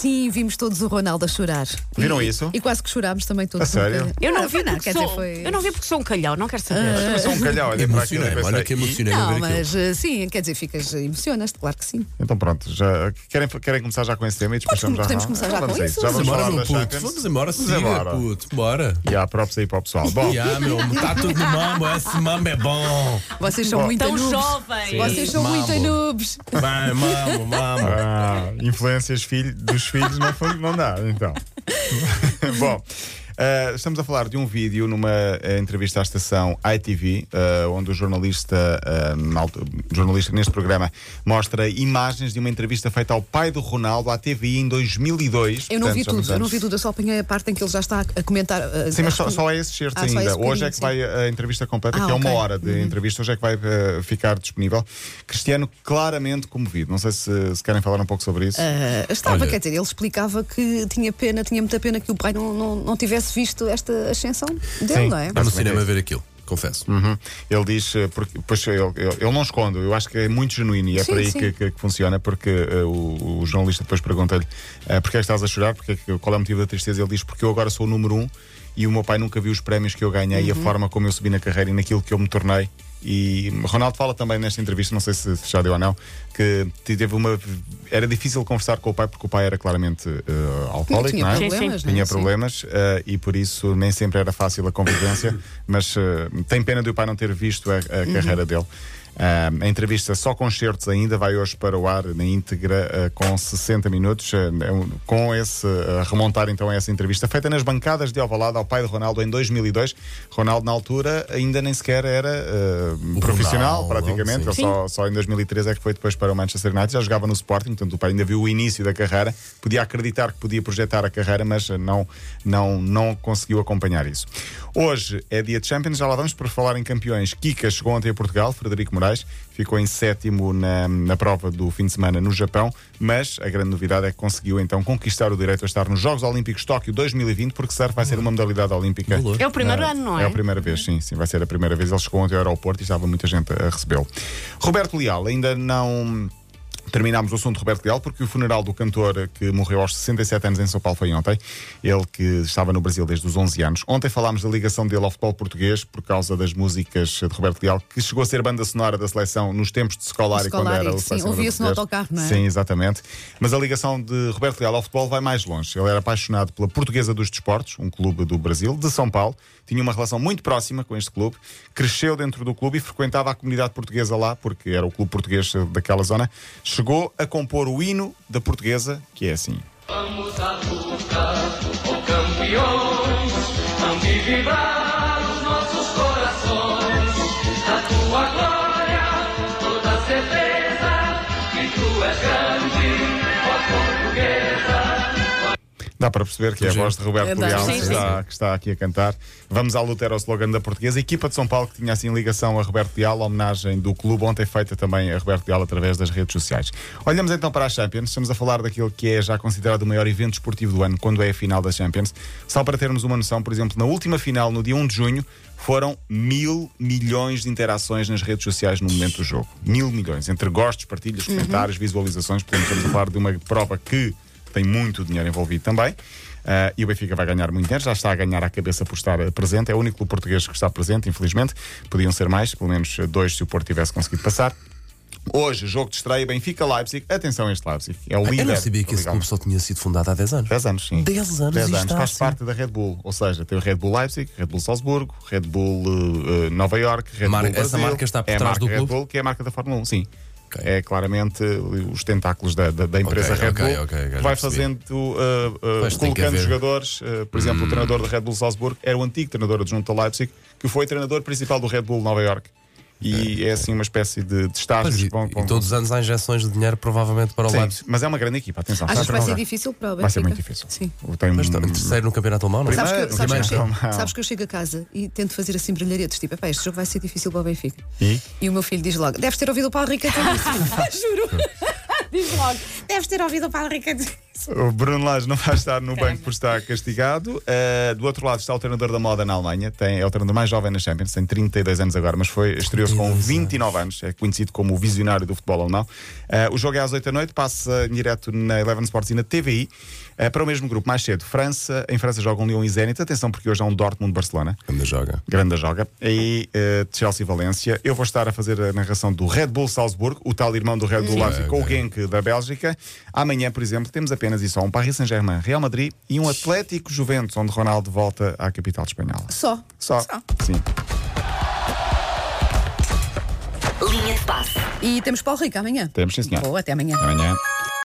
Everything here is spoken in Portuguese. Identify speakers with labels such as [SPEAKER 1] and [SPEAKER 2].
[SPEAKER 1] Sim, vimos todos o Ronaldo a chorar.
[SPEAKER 2] Viram isso?
[SPEAKER 1] E quase que chorámos também todos.
[SPEAKER 2] A sério?
[SPEAKER 3] Eu não vi
[SPEAKER 1] não,
[SPEAKER 3] porque
[SPEAKER 1] quer dizer,
[SPEAKER 3] sou,
[SPEAKER 1] foi...
[SPEAKER 3] eu não vi porque sou um calhau, não quero saber.
[SPEAKER 2] Eu sou um calhau, olha para aquilo e
[SPEAKER 4] Emocionei-me, olha que
[SPEAKER 2] pensei,
[SPEAKER 4] emocionei-me a
[SPEAKER 1] Não,
[SPEAKER 4] ver aquilo.
[SPEAKER 1] mas sim, quer dizer, emocionas-te, claro que sim.
[SPEAKER 2] Então pronto, já querem começar já com esse tema e despachamos já.
[SPEAKER 1] Podemos começar já
[SPEAKER 2] Vamos
[SPEAKER 1] com
[SPEAKER 2] a
[SPEAKER 1] isso.
[SPEAKER 2] Já
[SPEAKER 4] Vamos
[SPEAKER 2] vamos
[SPEAKER 4] embora,
[SPEAKER 2] falar
[SPEAKER 4] meu
[SPEAKER 2] da
[SPEAKER 4] puto.
[SPEAKER 2] Champions.
[SPEAKER 4] Vamos embora,
[SPEAKER 2] Vamos
[SPEAKER 4] siga,
[SPEAKER 2] embora.
[SPEAKER 4] puto. Bora.
[SPEAKER 2] E há props aí para o pessoal. Bom,
[SPEAKER 4] Meu, está tudo no mambo. Esse mambo é bom.
[SPEAKER 1] Vocês são muito
[SPEAKER 3] Tão
[SPEAKER 1] noobs.
[SPEAKER 3] jovens.
[SPEAKER 1] Vocês são muito
[SPEAKER 4] Mambo.
[SPEAKER 1] noobs.
[SPEAKER 4] Vai, mambo.
[SPEAKER 2] influências dos filhos não dá, então. Bom. Estamos a falar de um vídeo numa entrevista à estação ITV, onde o jornalista neste programa mostra imagens de uma entrevista feita ao pai do Ronaldo à TVI em 2002.
[SPEAKER 1] Eu não vi
[SPEAKER 2] portanto,
[SPEAKER 1] tudo, eu só apanhei a parte em que ele já está a comentar.
[SPEAKER 2] Sim, mas só é esse certo
[SPEAKER 1] só
[SPEAKER 2] ainda.
[SPEAKER 1] esse
[SPEAKER 2] Hoje é
[SPEAKER 1] bocadinho,
[SPEAKER 2] que vai a entrevista completa, que é
[SPEAKER 1] ok.
[SPEAKER 2] uma hora de entrevista, hoje é que vai ficar disponível. Cristiano claramente comovido. Não sei se querem falar um pouco sobre isso.
[SPEAKER 1] Estava,
[SPEAKER 4] Olha.
[SPEAKER 1] quer dizer, ele explicava que tinha muita pena que o pai não tivesse visto esta ascensão dele,
[SPEAKER 2] Sim.
[SPEAKER 1] não é?
[SPEAKER 4] Vai no cinema ver aquilo, confesso.
[SPEAKER 2] Ele diz, porque pois, ele não esconde, eu acho que é muito genuíno e é
[SPEAKER 1] Sim,
[SPEAKER 2] por aí
[SPEAKER 1] sim.
[SPEAKER 2] que funciona, porque o jornalista depois pergunta-lhe porque é que estás a chorar, qual é o motivo da tristeza? Ele diz, porque eu agora sou o número 1 e o meu pai nunca viu os prémios que eu ganhei e a forma como eu subi na carreira e naquilo que eu me tornei. E Ronaldo fala também nesta entrevista, não sei se já deu ou não, que era difícil conversar com o pai porque o pai era claramente alcoólico,
[SPEAKER 1] Tinha
[SPEAKER 2] não é?
[SPEAKER 1] problemas, não é?
[SPEAKER 2] Tinha
[SPEAKER 1] Sim.
[SPEAKER 2] problemas e por isso nem sempre era fácil a convivência, mas tem pena de o pai não ter visto a carreira dele. A entrevista só com certos ainda vai hoje para o ar na íntegra com 60 minutos, com esse remontar então a essa entrevista feita nas bancadas de Alvalade ao pai de Ronaldo em 2002. Ronaldo na altura ainda nem sequer era profissional,
[SPEAKER 4] Ronaldo,
[SPEAKER 2] praticamente.
[SPEAKER 4] sim.
[SPEAKER 2] Ele só em 2013 é que foi depois para o Manchester United, já jogava no Sporting, portanto o pai ainda viu o início da carreira, podia acreditar que podia projetar a carreira, mas não conseguiu acompanhar isso. Hoje é dia de Champions, já lá vamos. Por falar em campeões, Kika chegou ontem a Portugal, Frederico Moraes ficou em sétimo na prova do fim de semana no Japão, mas a grande novidade é que conseguiu então conquistar o direito a estar nos Jogos Olímpicos Tóquio 2020, porque surf vai ser uma modalidade olímpica.
[SPEAKER 3] É o primeiro ano, não é?
[SPEAKER 2] É a primeira vez, sim, vai ser a primeira vez. Ele chegou ontem ao aeroporto e estava muita gente a recebê-lo. Roberto Leal ainda não... Terminámos o assunto de Roberto Leal porque o funeral do cantor que morreu aos 67 anos em São Paulo foi ontem. Ele que estava no Brasil desde os 11 anos. Ontem falámos da ligação dele ao futebol português por causa das músicas de Roberto Leal, que chegou a ser banda sonora da seleção nos tempos de Scolari, quando era o
[SPEAKER 1] sim,
[SPEAKER 2] selecionador
[SPEAKER 1] ouvia-se no
[SPEAKER 2] português.
[SPEAKER 1] autocarro, não é?
[SPEAKER 2] Sim, exatamente. Mas a ligação de Roberto Leal ao futebol vai mais longe. Ele era apaixonado pela Portuguesa dos Desportos, um clube do Brasil, de São Paulo. Tinha uma relação muito próxima com este clube. Cresceu dentro do clube e frequentava a comunidade portuguesa lá, porque era o clube português daquela zona. Chegou a compor o hino da Portuguesa, que é assim.
[SPEAKER 5] Vamos à luta, oh campeões, vamos vibrar os nossos corações, na tua glória, toda a certeza que tu és grande, ó Portuguesa.
[SPEAKER 2] Dá para perceber que é a voz de Roberto
[SPEAKER 1] Dá,
[SPEAKER 2] Leal
[SPEAKER 1] sim,
[SPEAKER 2] que está aqui a cantar. Vamos à luta, era o slogan da Portuguesa. A equipa de São Paulo que tinha assim ligação a Roberto Leal, a homenagem do clube, ontem feita também a Roberto Leal através das redes sociais. Olhamos então para a Champions. Estamos a falar daquilo que é já considerado o maior evento esportivo do ano, quando é a final da Champions. Só para termos uma noção, por exemplo, na última final, no dia 1 de junho, foram 1.000 milhões de interações nas redes sociais no momento do jogo. 1.000 milhões, entre gostos, partilhas, comentários, visualizações. Portanto, estamos a falar de uma prova que tem muito dinheiro envolvido também. E o Benfica vai ganhar muito dinheiro, já está a ganhar à cabeça por estar presente. É o único clube português que está presente, infelizmente. Podiam ser mais, pelo menos 2 se o Porto tivesse conseguido passar. Hoje, jogo de estreia, Benfica-Leipzig. Atenção a este Leipzig, é o líder.
[SPEAKER 4] Eu não sabia que esse clube só tinha sido fundado há 10 anos.
[SPEAKER 2] 10 anos, sim.
[SPEAKER 4] 10 anos,
[SPEAKER 2] 10
[SPEAKER 4] e
[SPEAKER 2] anos.
[SPEAKER 4] está
[SPEAKER 2] Faz
[SPEAKER 4] assim.
[SPEAKER 2] parte da Red Bull. Ou seja, tem o Red Bull Leipzig, Red Bull Salzburgo, Red Bull Nova York, Red Bull Brasil.
[SPEAKER 4] Essa marca está por
[SPEAKER 2] É a
[SPEAKER 4] trás
[SPEAKER 2] marca
[SPEAKER 4] do
[SPEAKER 2] Red
[SPEAKER 4] clube?
[SPEAKER 2] Bull, que é a marca da Fórmula 1, sim.
[SPEAKER 4] Ok.
[SPEAKER 2] É claramente os tentáculos da empresa
[SPEAKER 4] Ok,
[SPEAKER 2] Red
[SPEAKER 4] ok,
[SPEAKER 2] Bull.
[SPEAKER 4] ok, já
[SPEAKER 2] Vai
[SPEAKER 4] percebi.
[SPEAKER 2] fazendo,
[SPEAKER 4] Pois, tem que
[SPEAKER 2] colocando
[SPEAKER 4] haver.
[SPEAKER 2] jogadores. Por exemplo, o treinador do Red Bull Salzburgo era o antigo treinador adjunto da Leipzig, que foi treinador principal do Red Bull Nova York. E é assim uma espécie de estágios
[SPEAKER 4] Pois,
[SPEAKER 2] que vão.
[SPEAKER 4] e todos os anos há injeções de dinheiro, provavelmente, para o
[SPEAKER 2] Sim,
[SPEAKER 4] Leipzig.
[SPEAKER 2] mas é uma grande equipa, atenção.
[SPEAKER 1] Achas
[SPEAKER 2] está
[SPEAKER 1] que vai
[SPEAKER 2] a
[SPEAKER 1] ser
[SPEAKER 2] jogar.
[SPEAKER 1] difícil para o Benfica?
[SPEAKER 2] Vai ser muito difícil.
[SPEAKER 1] Sim.
[SPEAKER 2] Tem
[SPEAKER 4] Mas terceiro no campeonato alemão, não é?
[SPEAKER 1] Sabes que eu chego a casa e tento fazer assim brilharetes, tipo, este jogo vai ser difícil para o Benfica.
[SPEAKER 2] E?
[SPEAKER 1] O meu filho diz logo: deves ter ouvido o Paulo Rica dizer isso. Juro. Diz logo: deves ter ouvido o Paulo Rica dizer isso.
[SPEAKER 2] O Bruno Lage não vai estar no banco por estar castigado. Do outro lado está o treinador da moda na Alemanha. É o treinador mais jovem na Champions, tem 32 anos agora, mas estreou-se com 29 anos. É conhecido como o visionário do futebol alemão. O jogo é às 8 da noite, passa em direto na Eleven Sports e na TVI. Para o mesmo grupo, mais cedo, em França jogam Lyon e Zenit. Atenção, porque hoje há um Dortmund-Barcelona. Grande joga. E Chelsea-Valência. Eu vou estar a fazer a narração do Red Bull Salzburgo, o tal irmão do Red Bull Leipzig, com o Genk da Bélgica. Amanhã, por exemplo, temos apenas e só um Paris Saint-Germain, Real Madrid e um Atlético Juventus, onde Ronaldo volta à capital espanhola.
[SPEAKER 1] Só.
[SPEAKER 2] Sim.
[SPEAKER 6] Linha de passe.
[SPEAKER 1] E temos Paulo Rico amanhã.
[SPEAKER 2] Temos, sim, senhor.
[SPEAKER 1] Boa, até amanhã.
[SPEAKER 2] Amanhã.